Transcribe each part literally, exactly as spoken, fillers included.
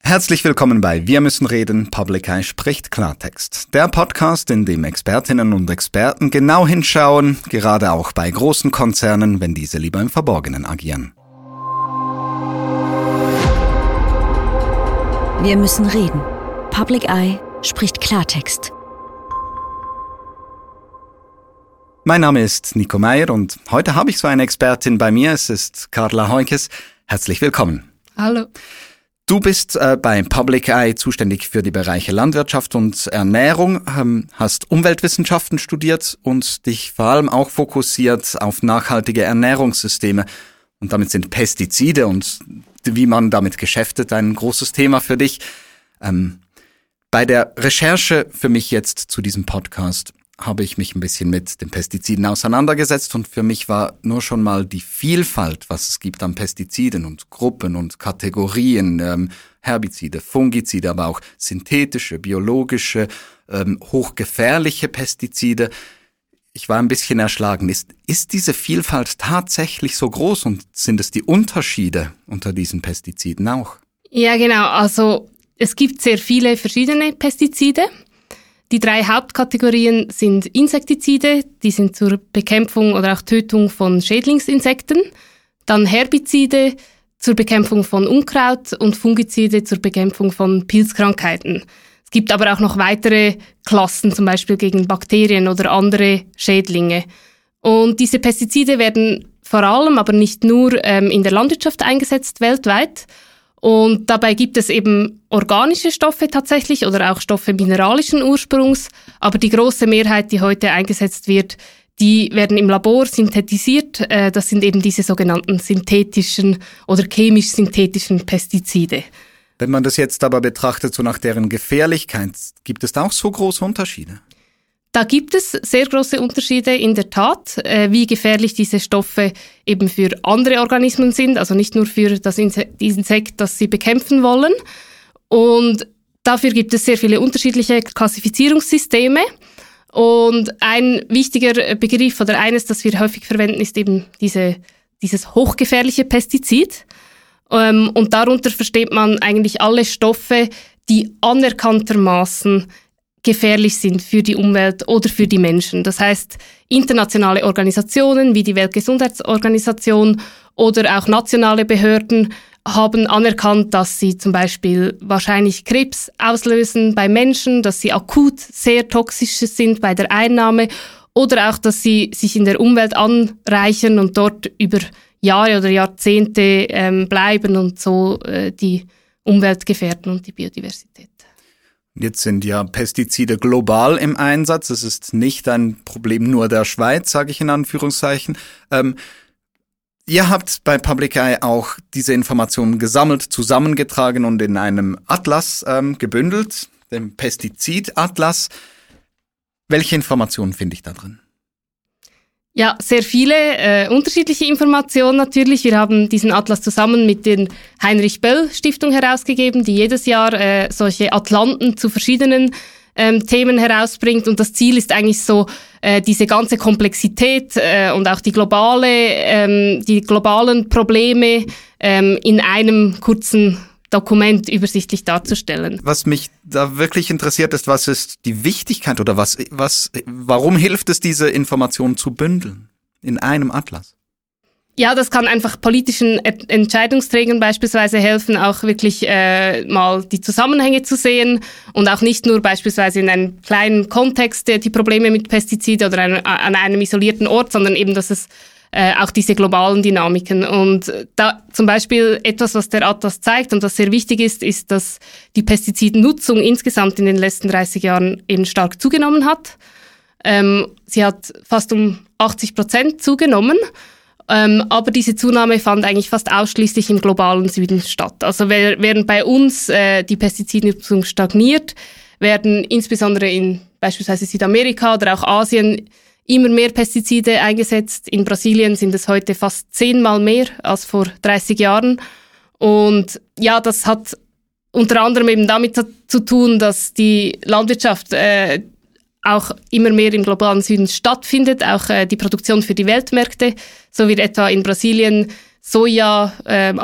Herzlich willkommen bei Wir müssen reden, Public Eye spricht Klartext. Der Podcast, in dem Expertinnen und Experten genau hinschauen, gerade auch bei großen Konzernen, wenn diese lieber im Verborgenen agieren. Wir müssen reden. Public Eye spricht Klartext. Mein Name ist Nico Meyer und heute habe ich so eine Expertin bei mir. Es ist Carla Heukes. Herzlich willkommen. Hallo. Du bist äh, bei Public Eye zuständig für die Bereiche Landwirtschaft und Ernährung, ähm, hast Umweltwissenschaften studiert und dich vor allem auch fokussiert auf nachhaltige Ernährungssysteme. Und damit sind Pestizide und wie man damit geschäftet ein großes Thema für dich. Ähm, bei der Recherche für mich jetzt zu diesem Podcast habe ich mich ein bisschen mit den Pestiziden auseinandergesetzt und für mich war nur schon mal die Vielfalt, was es gibt an Pestiziden und Gruppen und Kategorien, ähm, Herbizide, Fungizide, aber auch synthetische, biologische, ähm, hochgefährliche Pestizide. Ich war ein bisschen erschlagen. Ist, ist diese Vielfalt tatsächlich so groß und sind es die Unterschiede unter diesen Pestiziden auch? Ja, genau. Also es gibt sehr viele verschiedene Pestizide. Die drei Hauptkategorien sind Insektizide, die sind zur Bekämpfung oder auch Tötung von Schädlingsinsekten. Dann Herbizide zur Bekämpfung von Unkraut und Fungizide zur Bekämpfung von Pilzkrankheiten. Es gibt aber auch noch weitere Klassen, zum Beispiel gegen Bakterien oder andere Schädlinge. Und diese Pestizide werden vor allem, aber nicht nur, ähm, in der Landwirtschaft eingesetzt weltweit. Und dabei gibt es eben organische Stoffe tatsächlich oder auch Stoffe mineralischen Ursprungs. Aber die große Mehrheit, die heute eingesetzt wird, die werden im Labor synthetisiert. Äh, das sind eben diese sogenannten synthetischen oder chemisch-synthetischen Pestizide. Wenn man das jetzt aber betrachtet, so nach deren Gefährlichkeit, gibt es da auch so große Unterschiede? Da gibt es sehr große Unterschiede in der Tat, äh, wie gefährlich diese Stoffe eben für andere Organismen sind, also nicht nur für das Insekt, das sie bekämpfen wollen. Und dafür gibt es sehr viele unterschiedliche Klassifizierungssysteme. Und ein wichtiger Begriff oder eines, das wir häufig verwenden, ist eben diese, dieses hochgefährliche Pestizid. Ähm, und darunter versteht man eigentlich alle Stoffe, die anerkanntermaßen gefährlich sind für die Umwelt oder für die Menschen. Das heißt, internationale Organisationen wie die Weltgesundheitsorganisation oder auch nationale Behörden haben anerkannt, dass sie zum Beispiel wahrscheinlich Krebs auslösen bei Menschen, dass sie akut sehr toxisch sind bei der Einnahme oder auch, dass sie sich in der Umwelt anreichern und dort über Jahre oder Jahrzehnte ähm, bleiben und so äh, die Umwelt gefährden und die Biodiversität. Jetzt sind ja Pestizide global im Einsatz. Es ist nicht ein Problem nur der Schweiz, sage ich in Anführungszeichen. Ähm, ihr habt bei Public Eye auch diese Informationen gesammelt, zusammengetragen und in einem Atlas ähm, gebündelt, dem Pestizidatlas. Welche Informationen finde ich da drin? Ja, sehr viele äh, unterschiedliche Informationen natürlich. Wir haben diesen Atlas zusammen mit der Heinrich-Böll-Stiftung herausgegeben, die jedes Jahr äh, solche Atlanten zu verschiedenen ähm, Themen herausbringt. Und das Ziel ist eigentlich so, äh, diese ganze Komplexität äh, und auch die globale, ähm, die globalen Probleme ähm, in einem kurzen Dokument übersichtlich darzustellen. Was mich da wirklich interessiert ist, was ist die Wichtigkeit oder was, was, warum hilft es, diese Informationen zu bündeln in einem Atlas? Ja, das kann einfach politischen Entscheidungsträgern beispielsweise helfen, auch wirklich äh, mal die Zusammenhänge zu sehen und auch nicht nur beispielsweise in einem kleinen Kontext die Probleme mit Pestiziden oder an, an einem isolierten Ort, sondern eben, dass es Äh, auch diese globalen Dynamiken. Und da zum Beispiel etwas, was der Atlas zeigt und was sehr wichtig ist, ist, dass die Pestizidnutzung insgesamt in den letzten dreißig Jahren eben stark zugenommen hat. Ähm, sie hat fast um achtzig Prozent zugenommen, ähm, aber diese Zunahme fand eigentlich fast ausschließlich im globalen Süden statt. Also während bei uns äh, die Pestizidnutzung stagniert, werden insbesondere in beispielsweise Südamerika oder auch Asien immer mehr Pestizide eingesetzt. In Brasilien sind es heute fast zehnmal mehr als vor dreißig Jahren. Und ja, das hat unter anderem eben damit zu tun, dass die Landwirtschaft äh, auch immer mehr im globalen Süden stattfindet, auch äh, die Produktion für die Weltmärkte. So wird etwa in Brasilien Soja äh,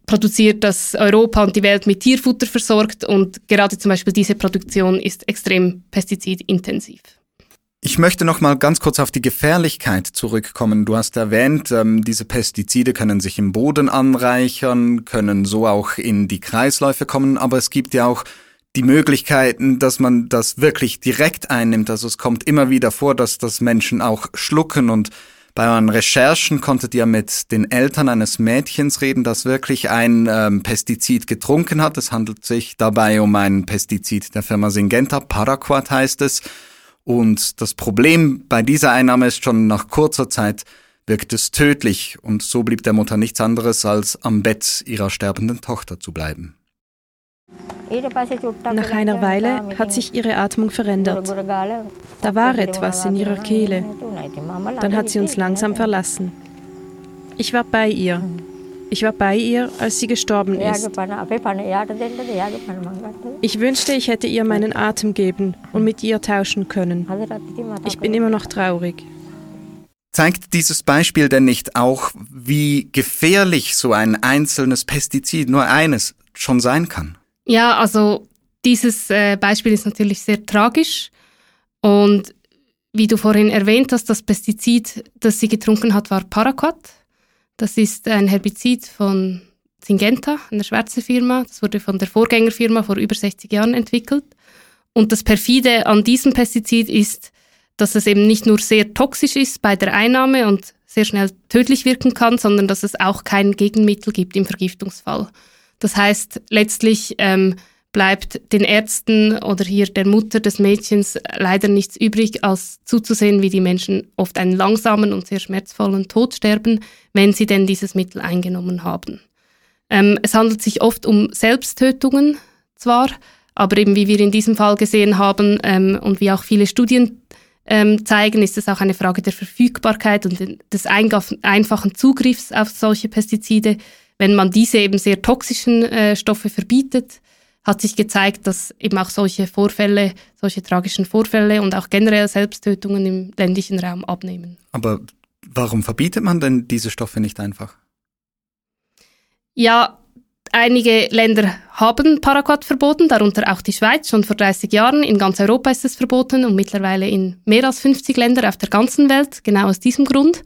produziert, das Europa und die Welt mit Tierfutter versorgt und gerade zum Beispiel diese Produktion ist extrem pestizidintensiv. Ich möchte noch mal ganz kurz auf die Gefährlichkeit zurückkommen. Du hast erwähnt, ähm, diese Pestizide können sich im Boden anreichern, können so auch in die Kreisläufe kommen, aber es gibt ja auch die Möglichkeiten, dass man das wirklich direkt einnimmt. Also es kommt immer wieder vor, dass das Menschen auch schlucken und bei euren Recherchen konntet ihr mit den Eltern eines Mädchens reden, das wirklich ein ähm, Pestizid getrunken hat. Es handelt sich dabei um ein Pestizid der Firma Syngenta, Paraquat heißt es. Und das Problem bei dieser Einnahme ist schon nach kurzer Zeit wirkt es tödlich. Und so blieb der Mutter nichts anderes, als am Bett ihrer sterbenden Tochter zu bleiben. Nach einer Weile hat sich ihre Atmung verändert. Da war etwas in ihrer Kehle. Dann hat sie uns langsam verlassen. Ich war bei ihr. Ich war bei ihr, als sie gestorben ist. Ich wünschte, ich hätte ihr meinen Atem geben und mit ihr tauschen können. Ich bin immer noch traurig. Zeigt dieses Beispiel denn nicht auch, wie gefährlich so ein einzelnes Pestizid, nur eines, schon sein kann? Ja, also dieses äh, Beispiel ist natürlich sehr tragisch und wie du vorhin erwähnt hast, das Pestizid, das sie getrunken hat, war Paraquat. Das ist ein Herbizid von Syngenta, einer Schweizer Firma. Das wurde von der Vorgängerfirma vor über sechzig Jahren entwickelt. Und das Perfide an diesem Pestizid ist, dass es eben nicht nur sehr toxisch ist bei der Einnahme und sehr schnell tödlich wirken kann, sondern dass es auch kein Gegenmittel gibt im Vergiftungsfall. Das heißt, letztlich ähm, bleibt den Ärzten oder hier der Mutter des Mädchens leider nichts übrig, als zuzusehen, wie die Menschen oft einen langsamen und sehr schmerzvollen Tod sterben, wenn sie denn dieses Mittel eingenommen haben. Ähm, es handelt sich oft um Selbsttötungen zwar, aber eben wie wir in diesem Fall gesehen haben ähm, und wie auch viele Studien ähm, zeigen, ist es auch eine Frage der Verfügbarkeit und des einfachen Zugriffs auf solche Pestizide. Wenn man diese eben sehr toxischen äh, Stoffe verbietet, hat sich gezeigt, dass eben auch solche Vorfälle, solche tragischen Vorfälle und auch generell Selbsttötungen im ländlichen Raum abnehmen. Aber warum verbietet man denn diese Stoffe nicht einfach? Ja, einige Länder haben Paraquat verboten, darunter auch die Schweiz, schon vor dreißig Jahren. In ganz Europa ist es verboten und mittlerweile in mehr als fünfzig Ländern auf der ganzen Welt, genau aus diesem Grund.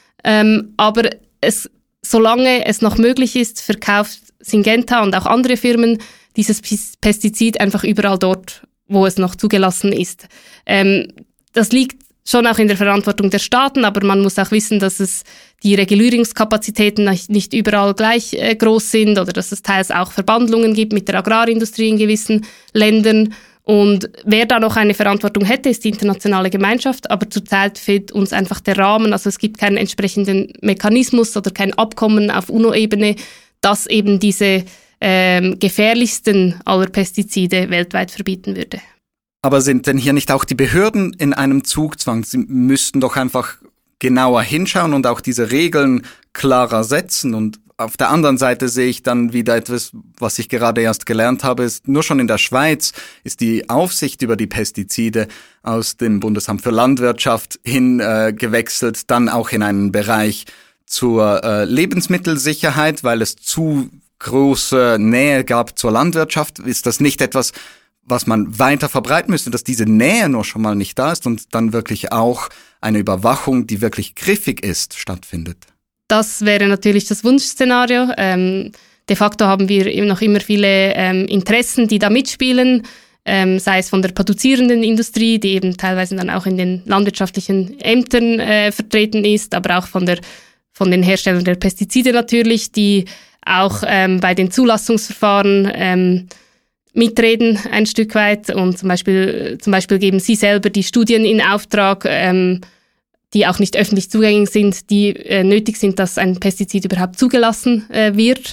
Ähm, aber es Solange es noch möglich ist, verkauft Syngenta und auch andere Firmen dieses Pestizid einfach überall dort, wo es noch zugelassen ist. Ähm, das liegt schon auch in der Verantwortung der Staaten, aber man muss auch wissen, dass es die Regulierungskapazitäten nicht überall gleich äh, groß sind oder dass es teils auch Verbandlungen gibt mit der Agrarindustrie in gewissen Ländern. Und wer da noch eine Verantwortung hätte, ist die internationale Gemeinschaft, aber zurzeit fehlt uns einfach der Rahmen. Also es gibt keinen entsprechenden Mechanismus oder kein Abkommen auf UNO-Ebene, das eben diese ähm, gefährlichsten aller Pestizide weltweit verbieten würde. Aber sind denn hier nicht auch die Behörden in einem Zugzwang? Sie müssten doch einfach genauer hinschauen und auch diese Regeln klarer setzen. Und auf der anderen Seite sehe ich dann wieder etwas, was ich gerade erst gelernt habe, ist, nur schon in der Schweiz ist die Aufsicht über die Pestizide aus dem Bundesamt für Landwirtschaft hin äh, gewechselt, dann auch in einen Bereich zur äh, Lebensmittelsicherheit, weil es zu große Nähe gab zur Landwirtschaft. Ist das nicht etwas, was man weiter verbreiten müsste, dass diese Nähe nur schon mal nicht da ist und dann wirklich auch eine Überwachung, die wirklich griffig ist, stattfindet? Das wäre natürlich das Wunschszenario. Ähm, de facto haben wir noch immer viele ähm, Interessen, die da mitspielen, ähm, sei es von der produzierenden Industrie, die eben teilweise dann auch in den landwirtschaftlichen Ämtern äh, vertreten ist, aber auch von der von den Herstellern der Pestizide natürlich, die auch ähm, bei den Zulassungsverfahren ähm, mitreden ein Stück weit und zum Beispiel, zum Beispiel geben sie selber die Studien in Auftrag, ähm, die auch nicht öffentlich zugänglich sind, die äh, nötig sind, dass ein Pestizid überhaupt zugelassen äh, wird.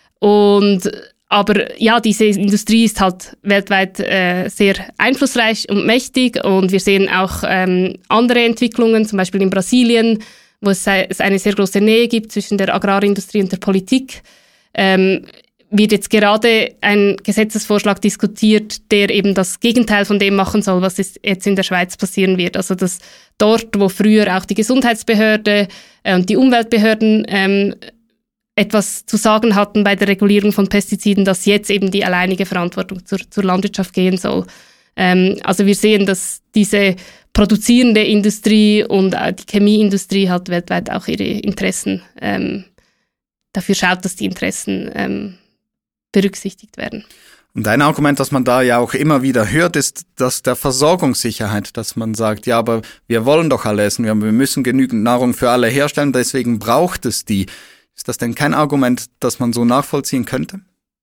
Und aber ja, diese Industrie ist halt weltweit äh, sehr einflussreich und mächtig und wir sehen auch ähm, andere Entwicklungen, zum Beispiel in Brasilien, wo es, es eine sehr große Nähe gibt zwischen der Agrarindustrie und der Politik. Ähm, wird jetzt gerade ein Gesetzesvorschlag diskutiert, der eben das Gegenteil von dem machen soll, was jetzt in der Schweiz passieren wird. Also dass dort, wo früher auch die Gesundheitsbehörde und die Umweltbehörden ähm, etwas zu sagen hatten bei der Regulierung von Pestiziden, dass jetzt eben die alleinige Verantwortung zur, zur Landwirtschaft gehen soll. Ähm, also wir sehen, dass diese produzierende Industrie und auch die Chemieindustrie halt weltweit auch ihre Interessen ähm, dafür schaut, dass die Interessen ähm, berücksichtigt werden. Und ein Argument, das man da ja auch immer wieder hört, ist das der Versorgungssicherheit, dass man sagt, ja, aber wir wollen doch alle essen, wir müssen genügend Nahrung für alle herstellen, deswegen braucht es die. Ist das denn kein Argument, das man so nachvollziehen könnte?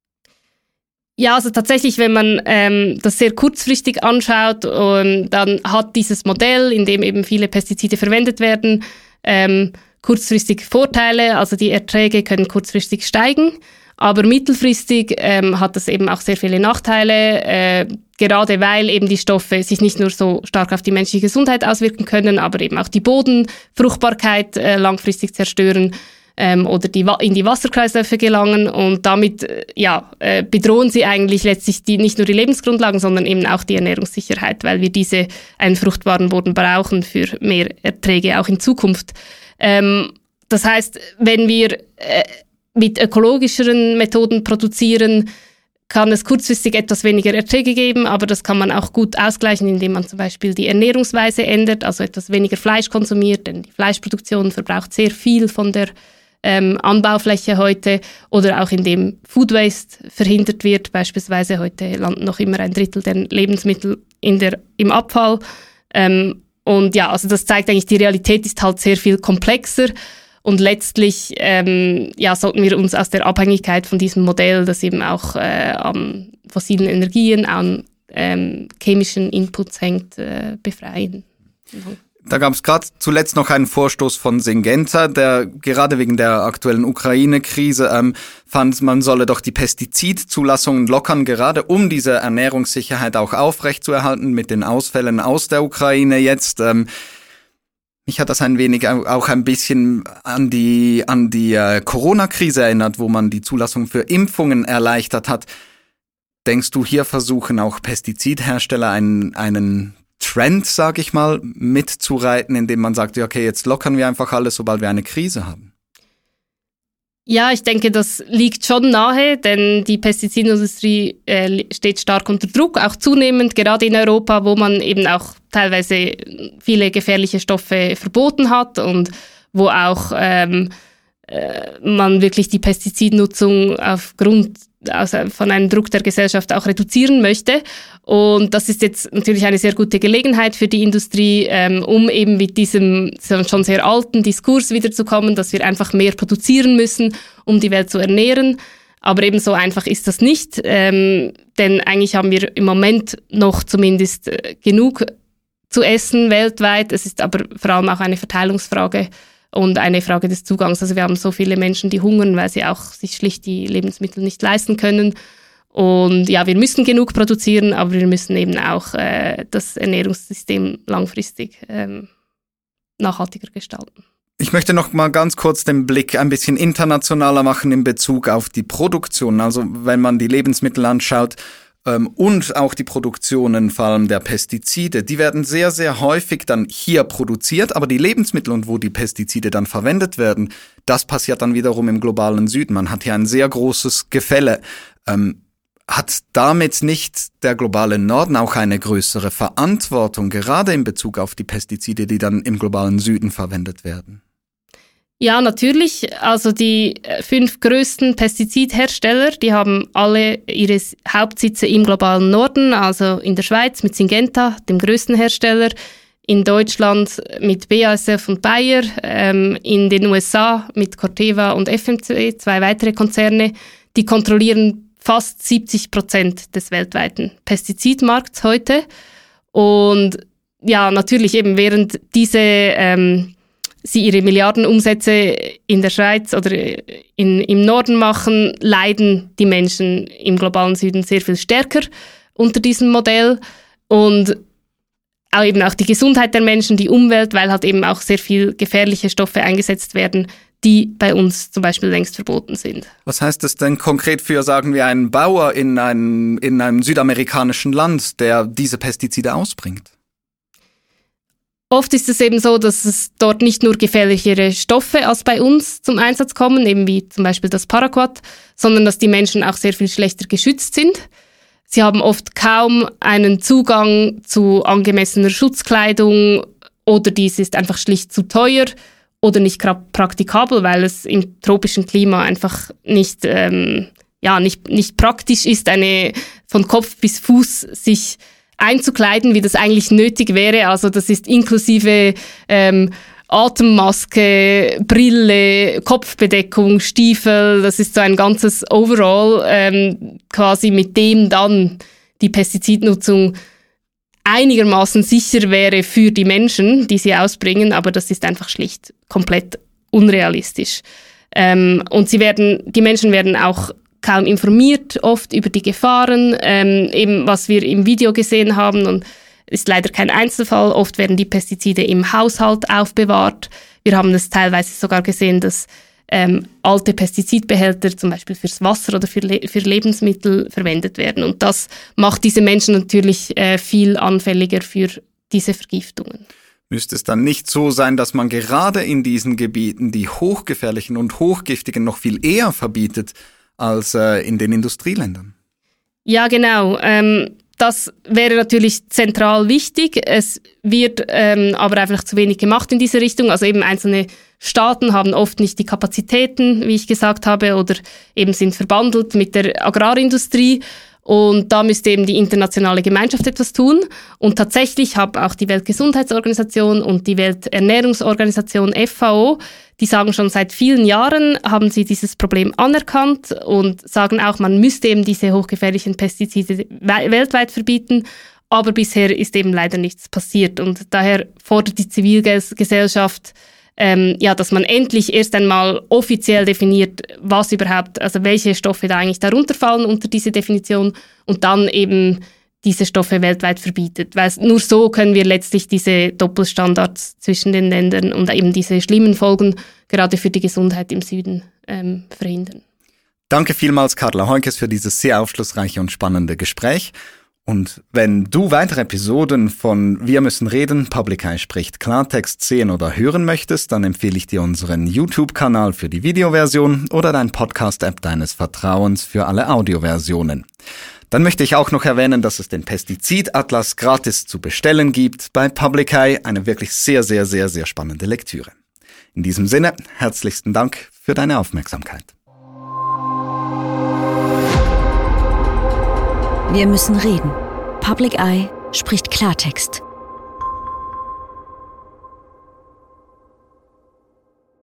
Ja, also tatsächlich, wenn man ähm, das sehr kurzfristig anschaut, ähm, dann hat dieses Modell, in dem eben viele Pestizide verwendet werden, ähm, kurzfristig Vorteile, also die Erträge können kurzfristig steigen, aber mittelfristig ähm, hat das eben auch sehr viele Nachteile, äh, gerade weil eben die Stoffe sich nicht nur so stark auf die menschliche Gesundheit auswirken können, aber eben auch die Bodenfruchtbarkeit äh, langfristig zerstören. Ähm, oder die in die Wasserkreisläufe gelangen und damit äh, ja, äh, bedrohen sie eigentlich letztlich die, nicht nur die Lebensgrundlagen, sondern eben auch die Ernährungssicherheit, weil wir diese einen fruchtbaren Boden brauchen für mehr Erträge auch in Zukunft. Ähm, das heißt, wenn wir äh, mit ökologischeren Methoden produzieren, kann es kurzfristig etwas weniger Erträge geben, aber das kann man auch gut ausgleichen, indem man zum Beispiel die Ernährungsweise ändert, also etwas weniger Fleisch konsumiert, denn die Fleischproduktion verbraucht sehr viel von der Ähm, Anbaufläche heute oder auch indem Food Waste verhindert wird. Beispielsweise heute landen noch immer ein Drittel der Lebensmittel in der, im Abfall. Ähm, und ja, also das zeigt eigentlich, die Realität ist halt sehr viel komplexer und letztlich ähm, ja, sollten wir uns aus der Abhängigkeit von diesem Modell, das eben auch äh, an fossilen Energien, an ähm, chemischen Inputs hängt, äh, befreien. Mhm. Da gab es gerade zuletzt noch einen Vorstoß von Syngenta, der gerade wegen der aktuellen Ukraine-Krise ähm, fand, man solle doch die Pestizidzulassungen lockern, gerade um diese Ernährungssicherheit auch aufrechtzuerhalten mit den Ausfällen aus der Ukraine jetzt. Ähm, mich hat das ein wenig auch ein bisschen an die an die äh, Corona-Krise erinnert, wo man die Zulassung für Impfungen erleichtert hat. Denkst du, hier versuchen auch Pestizidhersteller einen einen Trend, sage ich mal, mitzureiten, indem man sagt, ja, okay, jetzt lockern wir einfach alles, sobald wir eine Krise haben? Ja, ich denke, das liegt schon nahe, denn die Pestizidindustrie äh, steht stark unter Druck, auch zunehmend, gerade in Europa, wo man eben auch teilweise viele gefährliche Stoffe verboten hat und wo auch ähm, äh, man wirklich die Pestizidnutzung aufgrund also von einem Druck der Gesellschaft auch reduzieren möchte. Und das ist jetzt natürlich eine sehr gute Gelegenheit für die Industrie, ähm, um eben mit diesem schon sehr alten Diskurs wiederzukommen, dass wir einfach mehr produzieren müssen, um die Welt zu ernähren. Aber eben so einfach ist das nicht, ähm, denn eigentlich haben wir im Moment noch zumindest äh, genug zu essen weltweit. Es ist aber vor allem auch eine Verteilungsfrage und eine Frage des Zugangs. Also wir haben so viele Menschen, die hungern, weil sie auch sich schlicht die Lebensmittel nicht leisten können. Und ja, wir müssen genug produzieren, aber wir müssen eben auch äh, das Ernährungssystem langfristig ähm, nachhaltiger gestalten. Ich möchte noch mal ganz kurz den Blick ein bisschen internationaler machen in Bezug auf die Produktion. Also wenn man die Lebensmittel anschaut, Ähm, und auch die Produktionen, vor allem der Pestizide, die werden sehr, sehr häufig dann hier produziert, aber die Lebensmittel und wo die Pestizide dann verwendet werden, das passiert dann wiederum im globalen Süden. Man hat hier ein sehr großes Gefälle. Ähm, hat damit nicht der globale Norden auch eine größere Verantwortung, gerade in Bezug auf die Pestizide, die dann im globalen Süden verwendet werden? Ja, natürlich. Also die fünf größten Pestizidhersteller, die haben alle ihre Hauptsitze im globalen Norden, also in der Schweiz mit Syngenta, dem größten Hersteller, in Deutschland mit B A S F und Bayer, ähm, in den U S A mit Corteva und F M C, zwei weitere Konzerne, die kontrollieren fast siebzig Prozent des weltweiten Pestizidmarkts heute. Und ja, natürlich eben während diese ähm, sie ihre Milliardenumsätze in der Schweiz oder in, im Norden machen, leiden die Menschen im globalen Süden sehr viel stärker unter diesem Modell. Und auch eben auch die Gesundheit der Menschen, die Umwelt, weil halt eben auch sehr viel gefährliche Stoffe eingesetzt werden, die bei uns zum Beispiel längst verboten sind. Was heißt das denn konkret für, sagen wir, einen Bauer in einem, in einem südamerikanischen Land, der diese Pestizide ausbringt? Oft ist es eben so, dass es dort nicht nur gefährlichere Stoffe als bei uns zum Einsatz kommen, eben wie zum Beispiel das Paraquat, sondern dass die Menschen auch sehr viel schlechter geschützt sind. Sie haben oft kaum einen Zugang zu angemessener Schutzkleidung oder dies ist einfach schlicht zu teuer oder nicht praktikabel, weil es im tropischen Klima einfach nicht, ähm, ja, nicht, nicht praktisch ist, eine von Kopf bis Fuß sich einzukleiden, wie das eigentlich nötig wäre. Also das ist inklusive ähm, Atemmaske, Brille, Kopfbedeckung, Stiefel, das ist so ein ganzes Overall, ähm, quasi mit dem dann die Pestizidnutzung einigermaßen sicher wäre für die Menschen, die sie ausbringen, aber das ist einfach schlicht komplett unrealistisch. Ähm, und sie werden, die Menschen werden auch kaum informiert, oft über die Gefahren, ähm, eben was wir im Video gesehen haben und ist leider kein Einzelfall. Oft werden die Pestizide im Haushalt aufbewahrt. Wir haben es teilweise sogar gesehen, dass ähm, alte Pestizidbehälter zum Beispiel fürs Wasser oder für, Le- für Lebensmittel verwendet werden. Und das macht diese Menschen natürlich äh, viel anfälliger für diese Vergiftungen. Müsste es dann nicht so sein, dass man gerade in diesen Gebieten die hochgefährlichen und hochgiftigen noch viel eher verbietet als äh, in den Industrieländern? Ja, genau. Ähm, das wäre natürlich zentral wichtig. Es wird ähm, aber einfach zu wenig gemacht in diese Richtung. Also eben einzelne Staaten haben oft nicht die Kapazitäten, wie ich gesagt habe, oder eben sind verbandelt mit der Agrarindustrie. Und da müsste eben die internationale Gemeinschaft etwas tun. Und tatsächlich haben auch die Weltgesundheitsorganisation und die Welternährungsorganisation F A O, die sagen schon seit vielen Jahren, haben sie dieses Problem anerkannt und sagen auch, man müsste eben diese hochgefährlichen Pestizide weltweit verbieten. Aber bisher ist eben leider nichts passiert. Und daher fordert die Zivilgesellschaft, Ähm, ja, dass man endlich erst einmal offiziell definiert, was überhaupt, also welche Stoffe da eigentlich darunter fallen unter diese Definition und dann eben diese Stoffe weltweit verbietet. Weil nur so können wir letztlich diese Doppelstandards zwischen den Ländern und eben diese schlimmen Folgen gerade für die Gesundheit im Süden ähm, verhindern. Danke vielmals, Carla Heunkes, für dieses sehr aufschlussreiche und spannende Gespräch. Und wenn du weitere Episoden von Wir müssen reden, Public Eye spricht Klartext sehen oder hören möchtest, dann empfehle ich dir unseren YouTube-Kanal für die Videoversion oder dein Podcast-App deines Vertrauens für alle Audioversionen. Dann möchte ich auch noch erwähnen, dass es den Pestizidatlas gratis zu bestellen gibt bei Public Eye, eine wirklich sehr, sehr, sehr, sehr spannende Lektüre. In diesem Sinne, herzlichsten Dank für deine Aufmerksamkeit. Wir müssen reden. Public Eye spricht Klartext.